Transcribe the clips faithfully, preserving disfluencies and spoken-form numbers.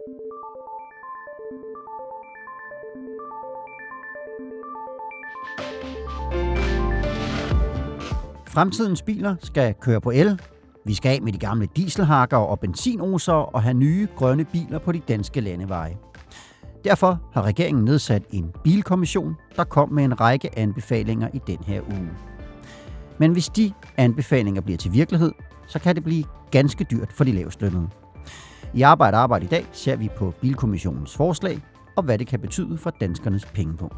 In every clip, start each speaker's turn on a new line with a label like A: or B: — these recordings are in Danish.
A: Fremtidens biler skal køre på el. Vi skal af med de gamle dieselhakker og benzinoser og have nye grønne biler på de danske landeveje. Derfor har regeringen nedsat en bilkommission, der kom med en række anbefalinger i den her uge. Men hvis de anbefalinger bliver til virkelighed, så kan det blive ganske dyrt for de lavestlønnede. I Arbejde Arbejde i dag ser vi på bilkommissionens forslag og hvad det kan betyde for danskernes pengepung.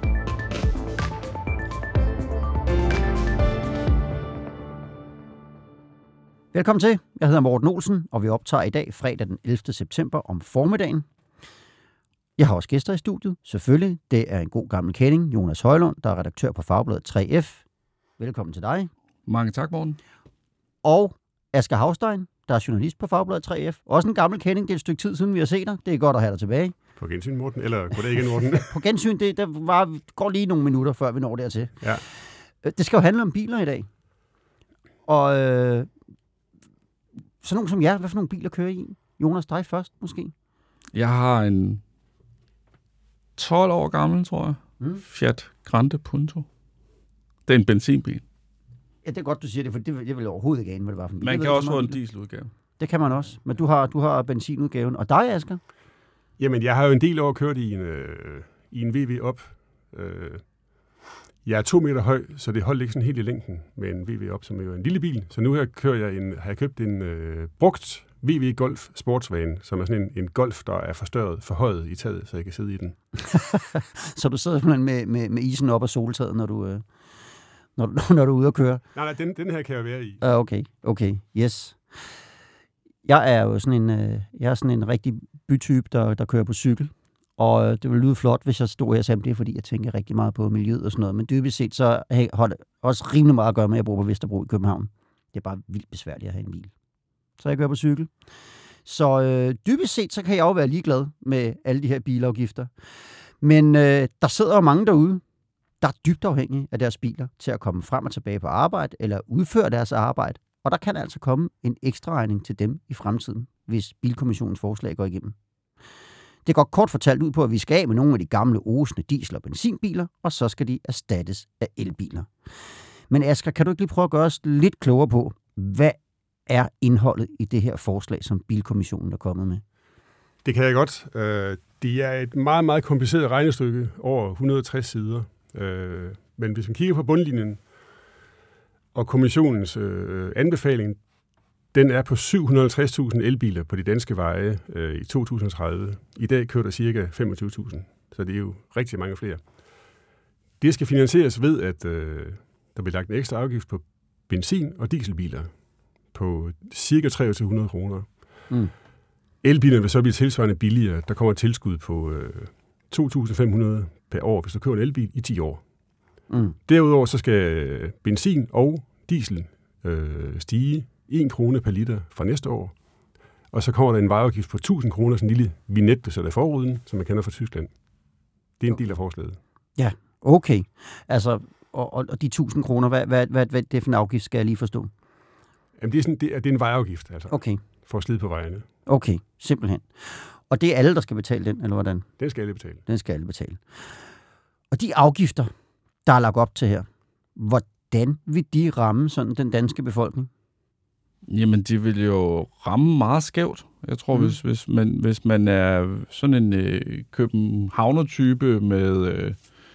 A: Velkommen til. Jeg hedder Morten Olsen, og vi optager i dag fredag den ellevte september om formiddagen. Jeg har også gæster i studiet, selvfølgelig. Det er en god gammel kending, Jonas Højlund, der er redaktør på Fagbladet tre F. Velkommen til dig.
B: Mange tak, Morten.
A: Og Asger Haustein, der er journalist på Fagbladet tre F. Også en gammel kending, det er et stykke tid siden, vi har set dig. Det er godt at have dig tilbage.
C: På gensyn, Morten, eller goddag igen, Morten.
A: På gensyn, det der var, går lige nogle minutter, før vi når dertil.
C: Ja.
A: Det skal jo handle om biler i dag. Og øh, sådan nogle som jer, hvad for nogle biler kører I i? Jonas, dig først, måske?
B: Jeg har en tolv år gammel, tror jeg. Mm. Fiat Grande Punto. Det er en benzinbil.
A: Ja, det er godt, du siger det, for det, jeg vil overhovedet ikke ane, hvad det var for en bil.
B: Man kan også få en dieseludgave.
A: Det kan man også, men du har, du har benzinudgaven. Og dig, Asger?
C: Jamen, jeg har jo en del år kørt i en, øh, i en V W op. Øh, jeg er to meter høj, så det holdt ikke sådan helt i længden med en V W op, som er jo en lille bil. Så nu her kører jeg en, har jeg købt en øh, brugt V W Golf sportsvan, som er sådan en, en Golf, der er forstørret, forhøjet i taget, så jeg kan sidde i den.
A: Så du sidder simpelthen med, med, med isen op af soltaget, når du, øh, når, du, når du er ude at køre?
C: Nej, nej, den, den her kan jeg være i.
A: Uh, okay, okay, yes. Jeg er jo sådan en, øh, jeg er sådan en rigtig bytype, der, der kører på cykel. Og øh, det ville lyde flot, hvis jeg stod her og sagde, det er fordi, jeg tænker rigtig meget på miljøet og sådan noget. Men dybest set, så har det også rimelig meget at gøre med, at jeg bor på Vesterbro i København. Det er bare vildt besværligt at have en bil. Så jeg kører på cykel. Så øh, dybest set, så kan jeg jo være ligeglad med alle de her bilafgifter. Men øh, der sidder jo mange derude, der er dybt afhængige af deres biler til at komme frem og tilbage på arbejde, eller udføre deres arbejde. Og der kan altså komme en ekstra regning til dem i fremtiden, hvis bilkommissionens forslag går igennem. Det går kort fortalt ud på, at vi skal af med nogle af de gamle osende diesel- og benzinbiler, og så skal de erstattes af elbiler. Men Asger, kan du ikke lige prøve at gøre os lidt klogere på, hvad er indholdet i det her forslag, som bilkommissionen er kommet med?
C: Det kan jeg godt. Det er et meget, meget kompliceret regnestykke over et hundrede og tres sider. Men hvis man kigger på bundlinjen og kommissionens anbefaling, den er på syv hundrede og halvtreds tusind elbiler på de danske veje øh, i to tusind og tredive. I dag kører der cirka femogtyve tusind, så det er jo rigtig mange flere. Det skal finansieres ved, at øh, der bliver lagt en ekstra afgift på benzin- og dieselbiler på cirka tre tusind tre hundrede kroner. Mm. Elbilerne vil så blive tilsvarende billigere. Der kommer et tilskud på øh, to tusind fem hundrede per år, hvis du køber en elbil i ti år. Mm. Derudover så skal benzin og diesel øh, stige en krone per liter fra næste år. Og så kommer der en vejafgift på tusind kroner, sådan en lille vignette, der sætter forruden, som man kender fra Tyskland. Det er en del af forslaget.
A: Ja, okay. Altså, og, og de tusind kroner, hvad, hvad, hvad, hvad det er for en afgift, skal jeg lige forstå?
C: Jamen, det er, sådan, det er, det er en vejafgift, altså.
A: Okay.
C: For at slide på vejene.
A: Okay, simpelthen. Og det er alle, der skal betale den, eller hvordan?
C: Den skal alle betale.
A: Den skal alle betale. Og de afgifter, der er lagt op til her, hvordan vil de ramme sådan den danske befolkning?
B: Jamen, de vil jo ramme meget skævt. Jeg tror, mm. hvis, hvis, man, hvis man er sådan en øh, københavner-type med øh,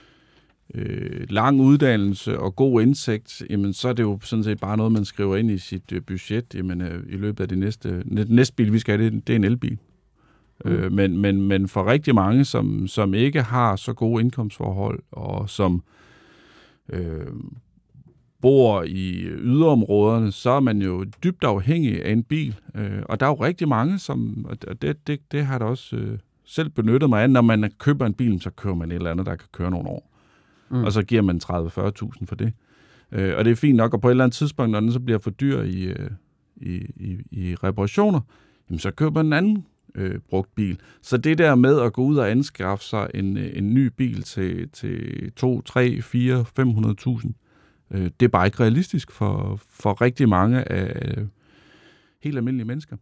B: øh, lang uddannelse og god indsigt, jamen, så er det jo sådan set bare noget, man skriver ind i sit øh, budget. Jamen, øh, i løbet af det næste, det næste bil, vi skal have, det, det er en elbil. Mm. Øh, men, men, men for rigtig mange, som, som ikke har så gode indkomstforhold, og som øh, bor i yderområderne, så er man jo dybt afhængig af en bil. Øh, og der er jo rigtig mange, som, og det, det, det har der også øh, selv benyttet mig af, når man køber en bil, så køber man et eller andet, der kan køre nogle år. Mm. Og så giver man tredive til fyrre tusind for det. Øh, og det er fint nok, og på et eller andet tidspunkt, når den så bliver for dyr i, øh, i, i, i reparationer, jamen, så køber man en anden øh, brugt bil. Så det der med at gå ud og anskaffe sig en, en ny bil til, til to, tre, fire, fem hundrede tusind, øh, det er bare ikke realistisk for, for rigtig mange af helt almindelige mennesker.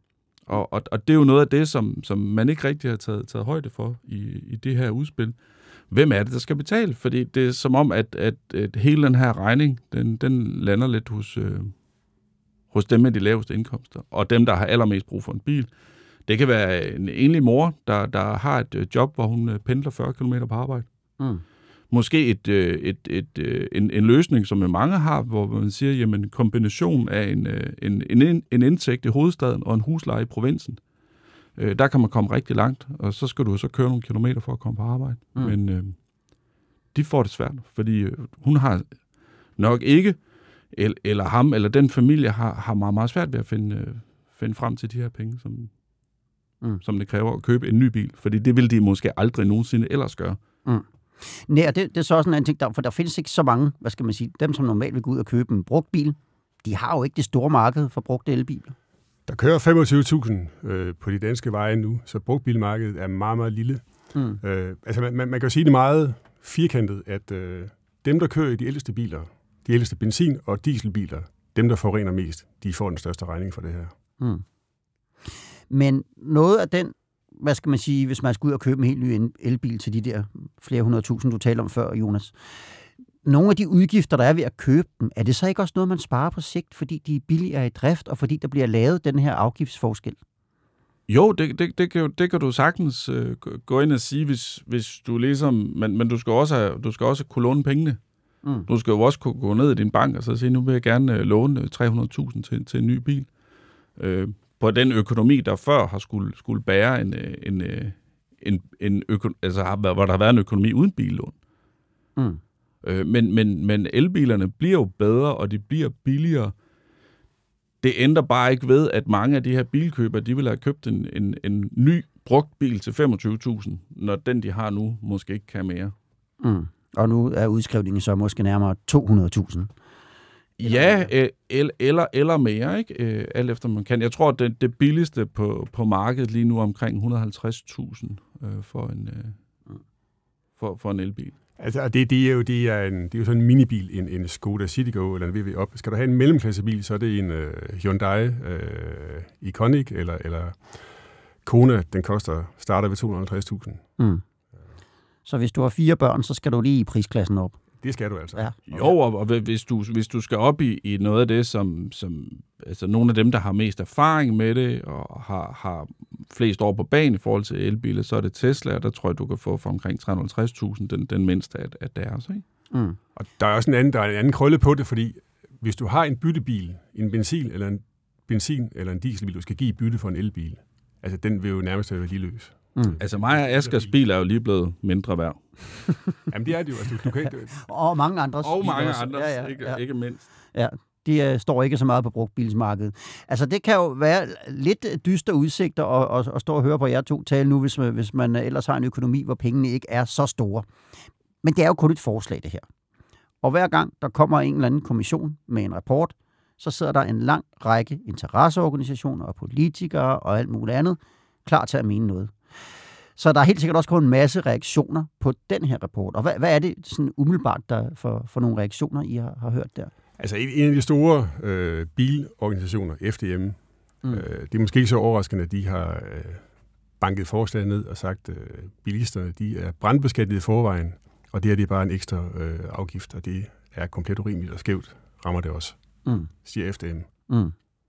B: Og, og, og det er jo noget af det, som, som man ikke rigtig har taget, taget højde for i, i det her udspil. Hvem er det, der skal betale? Fordi det er som om, at, at, at hele den her regning, den, den lander lidt hos, øh, hos dem med de laveste indkomster, og dem, der har allermest brug for en bil. Det kan være en enlig mor, der, der har et job, hvor hun pendler fyrre kilometer på arbejde. Mm. Måske et, et, et, et, en, en løsning, som mange har, hvor man siger, jamen en kombination af en, en, en, en indtægt i hovedstaden og en husleje i provinsen. Der kan man komme rigtig langt, og så skal du så køre nogle kilometer for at komme på arbejde. Mm. Men øh, de får det svært, fordi hun har nok ikke, eller, eller ham, eller den familie har, har meget, meget svært ved at finde, finde frem til de her penge, som, mm. som det kræver at købe en ny bil. Fordi det vil de måske aldrig nogensinde ellers gøre.
A: Mm. Nej, det, det er så også en anden ting, der, for der findes ikke så mange, hvad skal man sige, dem som normalt vil gå ud og købe en brugt bil, de har jo ikke det store marked for brugte elbiler.
C: Der kører femogtyve tusind øh, på de danske veje nu, så brugtbilmarkedet er meget, meget lille. Mm. Øh, altså man, man kan jo sige det meget firkantet, at øh, dem, der kører i de ældste biler, de ældste benzin- og dieselbiler, dem, der forurener mest, de får den største regning for det her. Mm.
A: Men noget af den, hvad skal man sige, hvis man skal ud og købe en helt ny elbil til de der flere hundrede tusind, du talte om før, Jonas. Nogle af de udgifter, der er ved at købe dem, er det så ikke også noget, man sparer på sigt, fordi de er billigere i drift, og fordi der bliver lavet den her afgiftsforskel?
B: Jo, det, det, det, kan, det kan du sagtens øh, gå ind og sige, hvis, hvis du ligesom, men, men du skal også have, du skal også kunne låne pengene. Mm. Du skal jo også kunne gå ned i din bank og så sige, nu vil jeg gerne øh, låne tre hundrede tusind til, til en ny bil. Øh, på den økonomi, der før har skulle, skulle bære en, en, en, en øko, altså hvor der har været en økonomi uden billån. Mm. Øh, men, men, men elbilerne bliver jo bedre, og de bliver billigere. Det ændrer bare ikke ved, at mange af de her bilkøbere, de vil have købt en, en, en ny brugt bil til femogtyve tusind, når den, de har nu, måske ikke kan mere.
A: Mm. Og nu er udskrivningen så måske nærmere to hundrede tusind.
B: Ja, eller, eller, eller mere, ikke? Alt efter man kan. Jeg tror, at det, det billigste på, på markedet lige nu er omkring et hundrede og halvtreds tusind øh, for, en, øh, for, for en elbil.
C: Altså, det, det, er jo, det, er en, det er jo sådan en minibil, en, en Skoda Citigo eller en V W op. Skal du have en mellemklassebil, så er det en øh, Hyundai øh, Ioniq eller, eller Kona. Den koster, starter ved to hundrede og halvtreds tusind. Mm.
A: Så hvis du har fire børn, så skal du lige i prisklassen op.
C: Det skal du altså.
B: Ja. Jo, og, og hvis, du, hvis du skal op i, i noget af det, som, som altså nogle af dem, der har mest erfaring med det, og har, har flest år på banen i forhold til elbiler, så er det Tesla, og der tror jeg, du kan få for omkring tre hundrede og halvtreds tusind, den, den mindste af, af deres. Ikke?
C: Mm. Og der er også en anden, der er en anden krølle på det, fordi hvis du har en byttebil, en benzin eller en benzin eller en dieselbil, du skal give bytte for en elbil, altså den vil jo nærmest være værdiløs.
B: Mm. Altså mig og Askers bil er jo lige blevet mindre værd.
C: Jamen det er det jo. Altså, du, du kan ikke...
A: Og mange andres.
B: Og mange andres, ja, ja, ikke, ja. ikke mindst.
A: Ja, de uh, står ikke så meget på brugtbilsmarkedet. Altså det kan jo være lidt dystre udsigter at, at, at stå og høre på jer to tale nu, hvis man, hvis man ellers har en økonomi, hvor pengene ikke er så store. Men det er jo kun et forslag, det her. Og hver gang der kommer en eller anden kommission med en rapport, så sidder der en lang række interesseorganisationer og politikere og alt muligt andet, klar til at mene noget. Så der er helt sikkert også kommet en masse reaktioner på den her rapport. Og hvad, hvad er det sådan umiddelbart der for, for nogle reaktioner, I har, har hørt der?
C: Altså en, en af de store øh, bilorganisationer, F D M, mm. øh, det er måske ikke så overraskende, at de har øh, banket forslaget ned og sagt, at øh, bilisterne de er brandbeskattet i forvejen, og det her det er bare en ekstra øh, afgift, og det er komplet urimeligt og skævt, rammer det også, mm. siger F D M. Mm.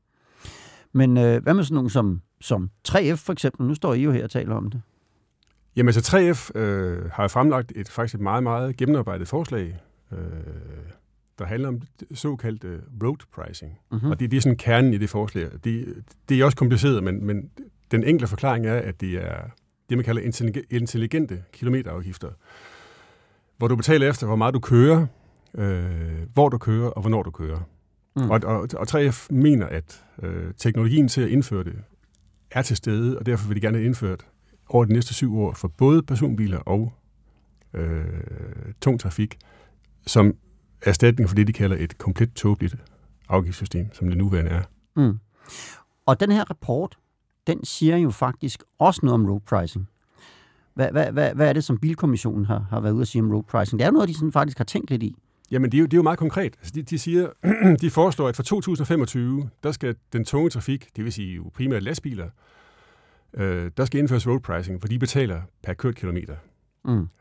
A: Men øh, hvad med sådan nogle som, som tre F for eksempel? Nu står I jo her og taler om det.
C: Jamen altså tre F øh, har fremlagt et faktisk et meget, meget gennemarbejdet forslag, øh, der handler om såkaldt øh, road pricing. Mm-hmm. Og det, det er sådan kernen i det forslag. Det, det er også kompliceret, men, men den enkle forklaring er, at det er det, man kalder intelligente kilometerafgifter, hvor du betaler efter, hvor meget du kører, øh, hvor du kører og hvornår du kører. Mm. Og, og, og tre F mener, at øh, teknologien til at indføre det er til stede, og derfor vil de gerne have indført over de næste syv år for både personbiler og øh, tung trafik, som erstatning for det, de kalder et komplet tåbeligt afgiftssystem, som det nuværende er. Mm.
A: Og den her rapport, den siger jo faktisk også noget om road pricing. Hvad, hvad, hvad, hvad er det, som Bilkommissionen har, har været ude at sige om road pricing? Det er jo noget, de sådan faktisk har tænkt lidt i.
C: Jamen, det er jo, det er jo meget konkret. Altså, de, de siger, de foreslår, at fra to tusind femogtyve, der skal den tunge trafik, det vil sige jo primært lastbiler, øh, der skal indføres road pricing, for de betaler per kørt kilometer. Mm. Øh,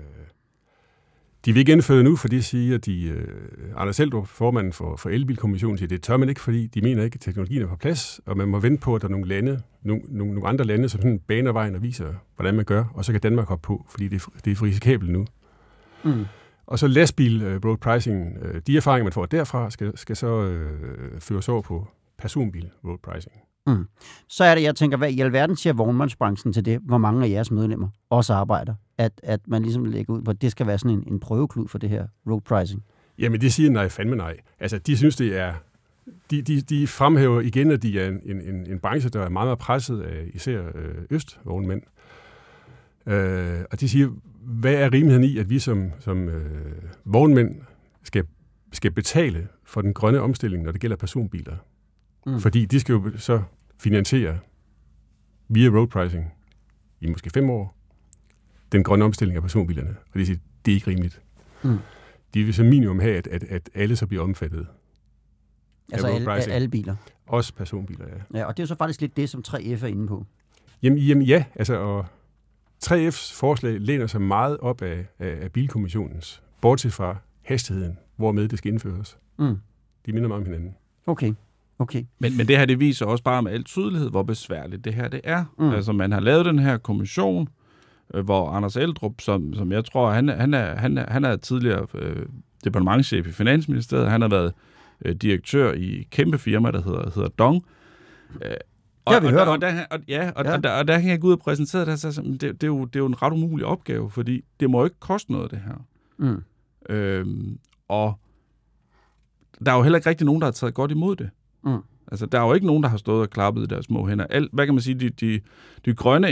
C: de vil ikke indføre det nu, for de siger, at de, øh, Anders Eldrup, formanden for, for Elbilkommissionen, siger, det tør man ikke, fordi de mener ikke, at teknologien er på plads, og man må vente på, at der er nogle lande, nogle, nogle, nogle andre lande, som sådan baner vejen og viser, hvordan man gør, og så kan Danmark hoppe på, fordi det er, det er for risikabelt nu. Mm. Og så lastbil uh, road pricing, uh, de erfaringer, man får derfra, skal, skal så uh, føres over på personbil road pricing.
A: Mm. Så er det, jeg tænker, hvad i alverden siger vognmandsbranchen til det, hvor mange af jeres medlemmer også arbejder, at, at man ligesom lægger ud på, at det skal være sådan en, en prøveklud for det her road pricing?
C: Jamen, det siger nej, fandme nej. Altså, de synes, det er... De, de, de fremhæver igen, at de er en, en, en branche, der er meget, meget presset af især øh, østvognmænd. Øh, og de siger, hvad er rimeligheden i, at vi som, som øh, vognmænd skal, skal betale for den grønne omstilling, når det gælder personbiler? Mm. Fordi de skal jo så finansiere via road pricing i måske fem år den grønne omstilling af personbilerne. Og de siger, det er ikke rimeligt. Mm. De vil som minimum have, at, at, at alle så bliver omfattet.
A: Altså alle, alle biler?
C: Også personbiler, ja.
A: Ja, og det er jo så faktisk lidt det, som tre F er inde på.
C: Jamen, jamen ja, altså, og tre F's forslag læner sig meget op af, af, af bilkommissionens, bortset fra hastigheden, hvormed det skal indføres. Mm. De minder meget om hinanden.
A: Okay. Okay.
B: Men, men det her, det viser også bare med al tydelighed, hvor besværligt det her det er. Mm. Altså, man har lavet den her kommission, øh, hvor Anders Eldrup, som, som jeg tror, han, han, er, han, er, han er tidligere øh, departementschef i Finansministeriet, han har været øh, direktør i et kæmpe firma, der hedder, hedder Dong. Øh, og,
A: det har vi hørt om.
B: Og der, og, ja, og, ja. Og, der, og der kan jeg gå ud og præsentere det, så, det, det, er jo, det er jo en ret umulig opgave, fordi det må jo ikke koste noget, det her. Mm. Øhm, og der er jo heller ikke rigtig nogen, der har taget godt imod det. Mm. Altså, der er jo ikke nogen, der har stået og klappet i deres små hænder. Alt, hvad kan man sige, de, de, de grønne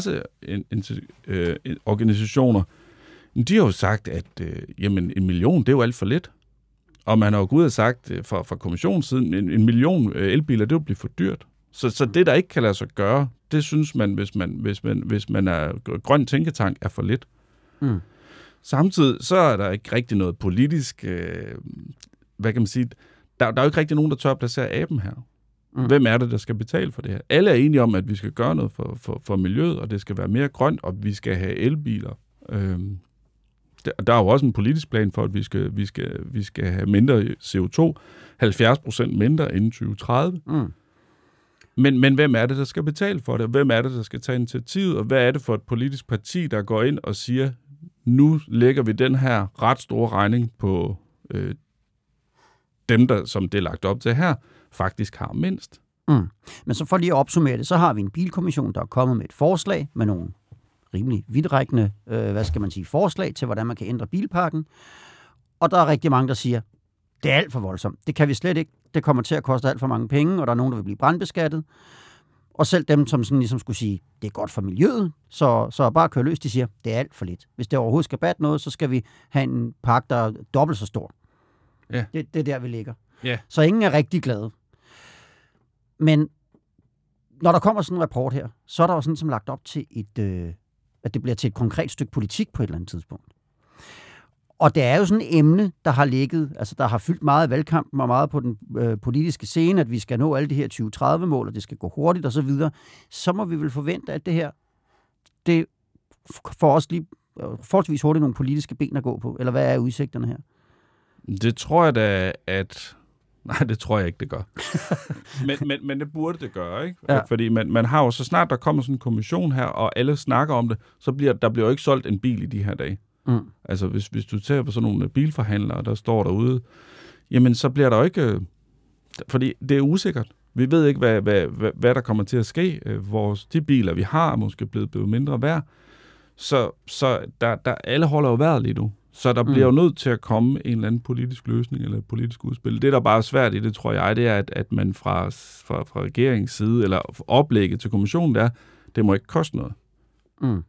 B: interesseorganisationer, de har jo sagt, at øh, jamen, en million, det er jo alt for lidt. Og man har jo gået ud og sagt øh, fra, fra kommissionssiden, en, en million øh, elbiler, det vil blive for dyrt. Så, så det, der ikke kan lade sig gøre, det synes man, hvis man, hvis man, hvis man er grøn tænketank, er for lidt. Mm. Samtidig, så er der ikke rigtig noget politisk, øh, hvad kan man sige, Der, der er jo ikke rigtig nogen, der tør at placere aben her. Mm. Hvem er det, der skal betale for det her? Alle er enige om, at vi skal gøre noget for, for, for miljøet, og det skal være mere grønt, og vi skal have elbiler. Øhm, der, der er jo også en politisk plan for, at vi skal, vi skal, vi skal have mindre C O to, halvfjerds procent mindre inden tyve tredive. Mm. Men, men hvem er det, der skal betale for det? Hvem er det, der skal tage initiativet? Og hvad er det for et politisk parti, der går ind og siger, nu lægger vi den her ret store regning på øh, dem, der, som det er lagt op til her, faktisk har mindst.
A: Mm. Men så for lige at opsummere det, så har vi en bilkommission, der er kommet med et forslag med nogle rimelig vidtrækkende, øh, hvad skal man sige, forslag til, hvordan man kan ændre bilparken. Og der er rigtig mange, der siger, det er alt for voldsomt. Det kan vi slet ikke. Det kommer til at koste alt for mange penge, og der er nogen, der vil blive brandbeskattet. Og selv dem, som sådan ligesom skulle sige, det er godt for miljøet, så, så bare køre løs, de siger, det er alt for lidt. Hvis det overhovedet skal batte noget, så skal vi have en park, der er dobbelt så stor. Ja. Det, det er der, vi ligger.
B: Ja.
A: Så ingen er rigtig glade. Men når der kommer sådan en rapport her, så er der jo sådan som lagt op til, et, øh, at det bliver til et konkret stykke politik på et eller andet tidspunkt. Og det er jo sådan et emne, der har ligget, altså der har fyldt meget i valgkampen og meget på den øh, politiske scene, at vi skal nå alle de her tyve tredive-mål, og det skal gå hurtigt og så videre. Så må vi vel forvente, at det her, det får os lige øh, forholdsvis hurtigt nogle politiske ben at gå på. Eller hvad er udsigterne her?
B: Det tror jeg da, at... Nej, det tror jeg ikke, det gør. men, men, men det burde det gøre, ikke? Ja. Fordi man, man har jo, så snart der kommer sådan en kommission her, og alle snakker om det, så bliver der bliver jo ikke solgt en bil i de her dage. Mm. Altså, hvis, hvis du tager på sådan nogle bilforhandlere, der står derude, jamen, så bliver der jo ikke... Fordi det er usikkert. Vi ved ikke, hvad, hvad, hvad, hvad der kommer til at ske. Vores, de biler, vi har, er måske blevet, blevet mindre værd. Så, så der, der, alle holder jo vejret lige nu. Så der bliver mm. jo nødt til at komme en eller anden politisk løsning eller et politisk udspil. Det, der bare er svært i det, tror jeg, det er, at, at man fra, fra, fra regeringens side, eller oplægget til kommissionen, der, det må ikke koste noget. Mm.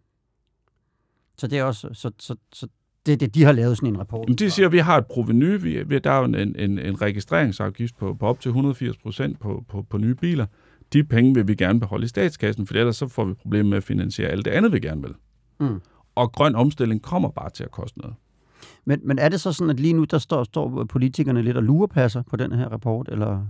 A: Så det er også, så, så, så det, det, de har lavet sådan en rapport.
B: Men de siger, at vi har et provenu. Vi, vi, der er jo en, en, en registreringsafgift på, på op til et hundrede og firs procent på, på, på nye biler. De penge vil vi gerne beholde i statskassen, for ellers så får vi problemer med at finansiere alt det andet, vi gerne vil. Mm. Og grøn omstilling kommer bare til at koste noget.
A: Men, men er det så sådan, at lige nu, der står, står politikerne lidt og lurepasser på den her rapport, eller?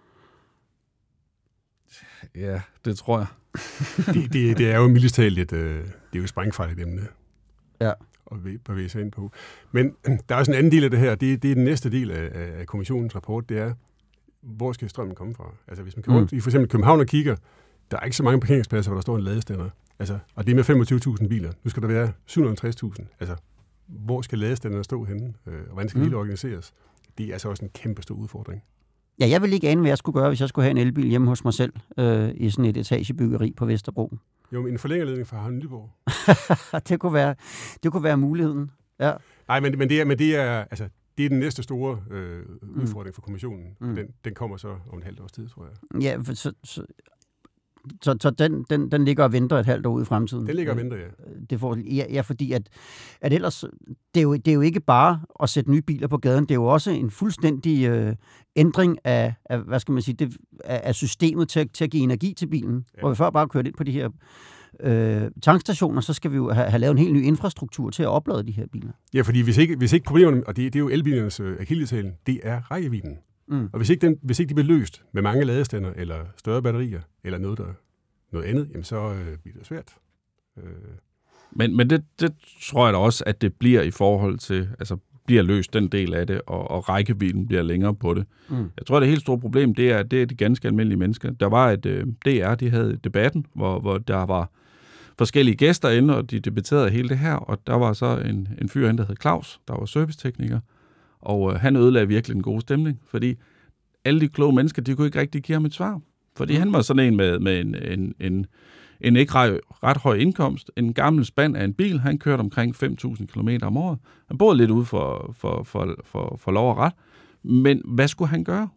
B: Ja, det tror jeg.
C: det, det, det er jo mildest talt et, øh, det er jo et sprængfarligt emne.
A: Ja.
C: Og bevæge sig ind på. Men der er også en anden del af det her, det, det er den næste del af, af kommissionens rapport, det er, hvor skal strømmen komme fra? Altså hvis man kan rundt mm. i for eksempel København og kigger, der er ikke så mange parkeringspladser, hvor der står en ladestander. Altså, og det er med femogtyve tusind biler. Nu skal der være syv hundrede og halvtreds tusind. Altså, hvor skal ladestanderne stå henne? Og hvordan skal mm. det organiseres? Det er altså også en kæmpe stor udfordring.
A: Ja, jeg vil ikke ane, hvad jeg skulle gøre, hvis jeg skulle have en elbil hjemme hos mig selv, øh, i sådan et etagebyggeri på Vesterbro.
C: Jo, men en forlængerledning fra Havn Nyborg.
A: det, kunne være, det kunne være muligheden, ja.
C: Nej, men, men, det er, men det, er, altså, det er den næste store øh, udfordring for kommissionen. Mm. Den, den kommer så om et halvt års tid, tror jeg.
A: Ja, for, så, så, så, så den, den, den ligger og venter et halvt år ude i fremtiden.
C: Den ligger og venter, ja.
A: Det får, ja, ja, fordi at, at ellers, det er, jo, det er jo ikke bare at sætte nye biler på gaden, det er jo også en fuldstændig øh, ændring af, af, hvad skal man sige, det, af, af systemet til, til at give energi til bilen. Ja. Hvor vi før bare kørte ind på de her øh, tankstationer, så skal vi jo have, have lavet en helt ny infrastruktur til at oplade de her biler.
C: Ja, fordi hvis ikke, hvis ikke problemerne, og det, det er jo elbilernes øh, akilleshæl, det er rækkevidden. Mm. Og hvis ikke, den, hvis ikke de bliver løst med mange ladestander, eller større batterier, eller noget, der, noget andet, jamen så øh, bliver det svært. Øh.
B: Men, men det, det tror jeg da også, at det bliver i forhold til, altså bliver løst den del af det, og, og rækkevidden bliver længere på det. Mm. Jeg tror, at det helt store problem, det er, det er de ganske almindelige mennesker. Der var et øh, D R, de havde debatten, hvor, hvor der var forskellige gæster inde, og de debatterede hele det her, og der var så en, en fyr inde, der hed Claus, der var servicetekniker, og øh, han ødelagde virkelig en god stemning, fordi alle de kloge mennesker, de kunne ikke rigtig give ham et svar. Fordi mm. han var sådan en med, med en, en, en, en ikke ret, ret høj indkomst, en gammel spand af en bil, han kørte omkring fem tusind kilometer om året. Han boede lidt ude for, for, for, for, for lov og ret, men hvad skulle han gøre?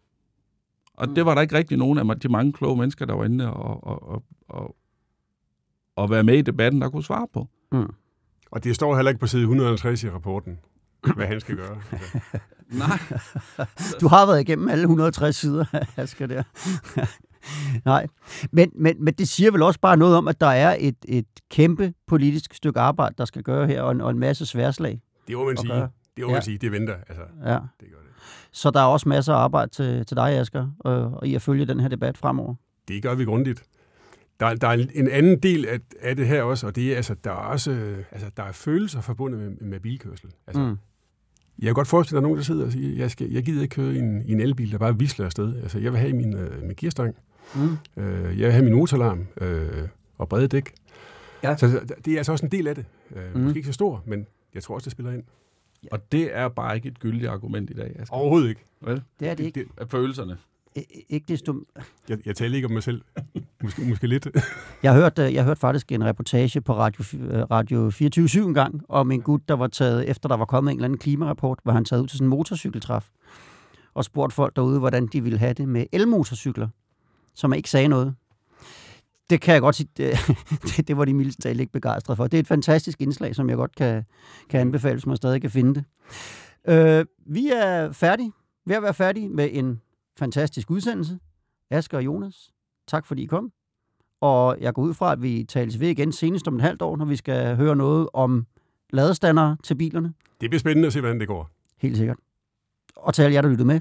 B: Og mm. det var der ikke rigtig nogen af de mange kloge mennesker, der var inde og, og, og, og, og være med i debatten, der kunne svare på. Mm.
C: Og det står heller ikke på side et hundrede og halvtreds i rapporten, hvad han skal gøre. Altså.
B: Nej.
A: Du har været igennem alle et hundrede og tres sider, Asger, der. Nej, men, men, men det siger vel også bare noget om, at der er et, et kæmpe politisk stykke arbejde, der skal gøre her, og en, og en masse sværslag.
C: Det må man sige. Det må man ja. sige. Det venter. Altså,
A: ja.
C: Det gør det.
A: Så der er også masser af arbejde til, til dig, Asger, og, og i at følge den her debat fremover.
C: Det gør vi grundigt. Der, der er en anden del af, af det her også, og det er, altså, der er også altså, der er følelser forbundet med, med bilkørsel. Altså, mm. Jeg kan godt forestille, at der er nogen, der sidder og siger, jeg, skal, jeg gider ikke køre i en, i en elbil, der bare visler afsted. Altså, jeg vil have min, øh, min gearstang. Mm. Øh, jeg vil have min motoralarm øh, og brede dæk. Ja. Så det er altså også en del af det. Øh, mm. Måske ikke så stor, men jeg tror også, det spiller ind.
B: Ja. Og det er bare ikke et gyldigt argument i dag.
C: Asger. Overhovedet ikke.
B: Vel?
A: Det er det ikke.
B: Det er følelserne.
A: I, ikke desto...
C: Jeg, jeg taler ikke om mig selv. Måske, måske lidt.
A: Jeg har hørt, jeg hørt faktisk en reportage på Radio, Radio fireogtyve syv en gang om en gut, der var taget, efter der var kommet en eller anden klimarapport, hvor han taget ud til sådan en motorcykeltræf og spurgte folk derude, hvordan de ville have det med elmotorcykler, som ikke sagde noget. Det kan jeg godt sige, det, det, det var de mildest talt ikke begejstrede for. Det er et fantastisk indslag, som jeg godt kan, kan anbefale, hvis man stadig kan finde det. Øh, vi er færdige, ved at være færdige med en fantastisk udsendelse. Asger og Jonas, tak fordi I kom. Og jeg går ud fra, at vi tales ved igen senest om et halvt år, når vi skal høre noget om ladestandere til bilerne.
C: Det bliver spændende at se, hvordan det går.
A: Helt sikkert. Og til alle jer, der lyttede med.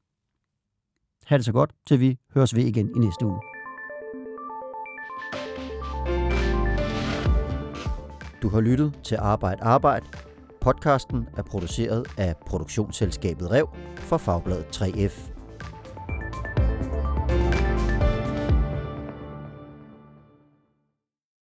A: Ha' det så godt, til vi høres ved igen i næste uge. Du har lyttet til Arbejd Arbejd. Podcasten er produceret af produktionsselskabet Rev for Fagbladet tre F.